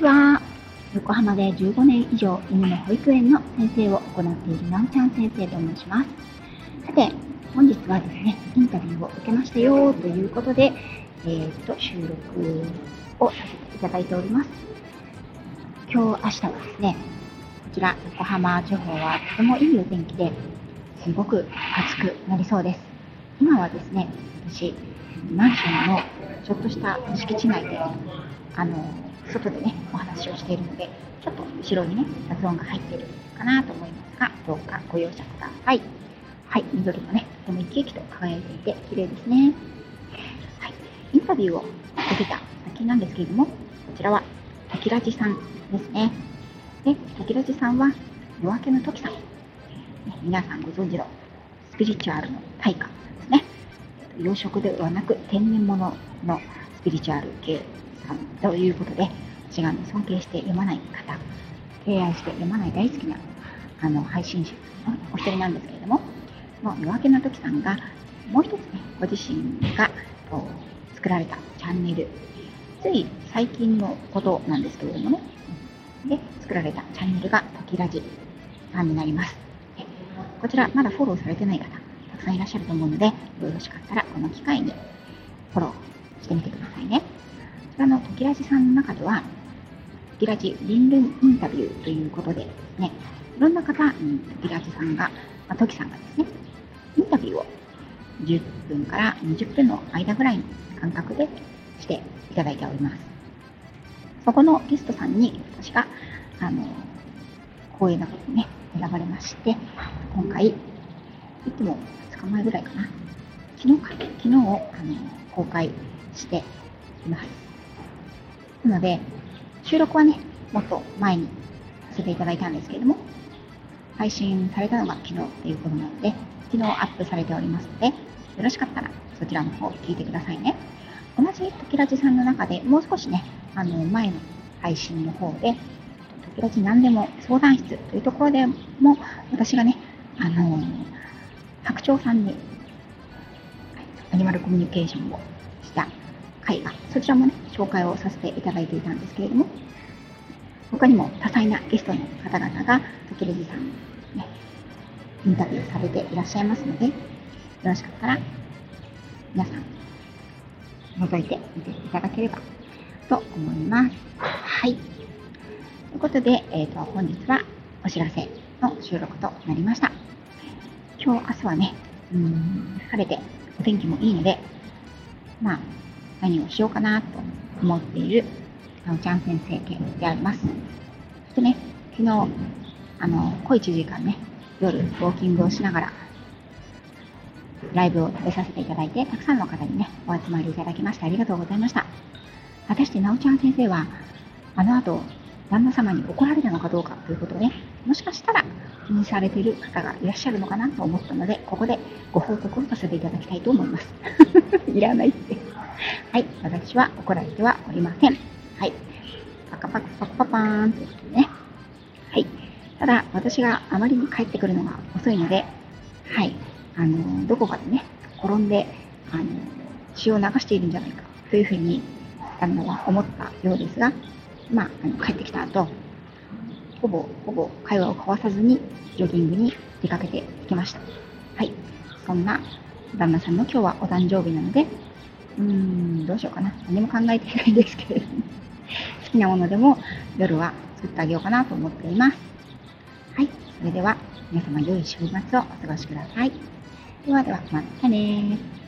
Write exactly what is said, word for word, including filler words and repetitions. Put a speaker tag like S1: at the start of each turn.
S1: ちは。横浜でじゅうごねん以上犬の保育園の先生を行っているなおちゃん先生と申します。さて、本日はですね、インタビューを受けましたよということで、えー、と収録をさせていただいております。今日、明日はですね、こちら横浜地方はとてもいいお天気ですごく暑くなりそうです。今はですね、私、マンションのちょっとした敷地内で、あの、外でね、お話をしているので、ちょっと後ろにね、雑音が入っているかなと思いますが、どうかご容赦ください。はい、緑もね、とても生き生きと輝いていて綺麗ですね。はい、インタビューを受けた先なんですけれども、こちらはタキラジさんですね。で、タキラジさんは夜明けのトキさん、ね、皆さんご存知のスピリチュアルの大家ですね。養殖ではなく天然物のスピリチュアル系さんということで、私が尊敬して読まない方、敬愛して読まない大好きなあの配信者のお一人なんですけれども、その夜明けの時さんがもう一つね、ご自身が作られたチャンネル、つい最近のことなんですけれどもね、で作られたチャンネルがトキラジさんになります。こちらまだフォローされてない方たくさんいらっしゃると思うので、よろしかったらこの機会にフォローしてみてくださいね。こちらのトキラジさんの中では、トキラジルンルンインタビューということでですね、いろんな方にトキラジさんが、まあ、トキさんがですね、インタビューをじゅっぷんからにじゅっぷんの間ぐらいの間隔でしていただいております。そこのゲストさんに私があの光栄なことにね、選ばれまして、今回、いつもふつかまえぐらいかな、昨日か、昨日をあの公開しています。なので、収録はね、もっと前にさせていただいたんですけれども、配信されたのが昨日ということなので、昨日アップされておりますので、よろしかったらそちらの方聞いてくださいね。同じトキラジさんの中でもう少しね、あの前の配信の方で、トキラジ何でも相談室というところでも、私がね、あの白鳥さんにアニマルコミュニケーションをした回が、そちらもね、紹介をさせていただいていたんですけれども、他にも多彩なゲストの方々がトキラジさんに、ね、インタビューされていらっしゃいますので、よろしかったら皆さん覗いてみていただければと思います。はい。ということで、えーと、本日はお知らせの収録となりました。今日、明日はね、うーん晴れてお天気もいいので、まあ、何をしようかなと思っているなおちゃん先生系であります。そしてね、昨日、あの、小いちじかんね、夜、ウォーキングをしながら、ライブを食べさせていただいて、たくさんの方にね、お集まりいただきましてありがとうございました。果たしてなおちゃん先生は、あの後、旦那様に怒られたのかどうかということをね、もしかしたら気にされている方がいらっしゃるのかなと思ったので、ここでご報告をさせていただきたいと思います。いらないって。はい、私は怒られてはおりません。はい、パカパカパカパパーンということでね。はい、ただ私があまりに帰ってくるのが遅いので、はい、あのどこかでね、転んであの血を流しているんじゃないかというふうに旦那は思ったようですが、まあ、あの帰ってきた後、ほぼほぼ会話を交わさずにジョギングに出かけてきました。はい、そんな旦那さんの今日はお誕生日なので、うーんどうしようかな、何も考えていないんですけれども、好きなものでも夜は作ってあげようかなと思っています。はい、それでは皆様良い週末をお過ごしください。ではでは、またね。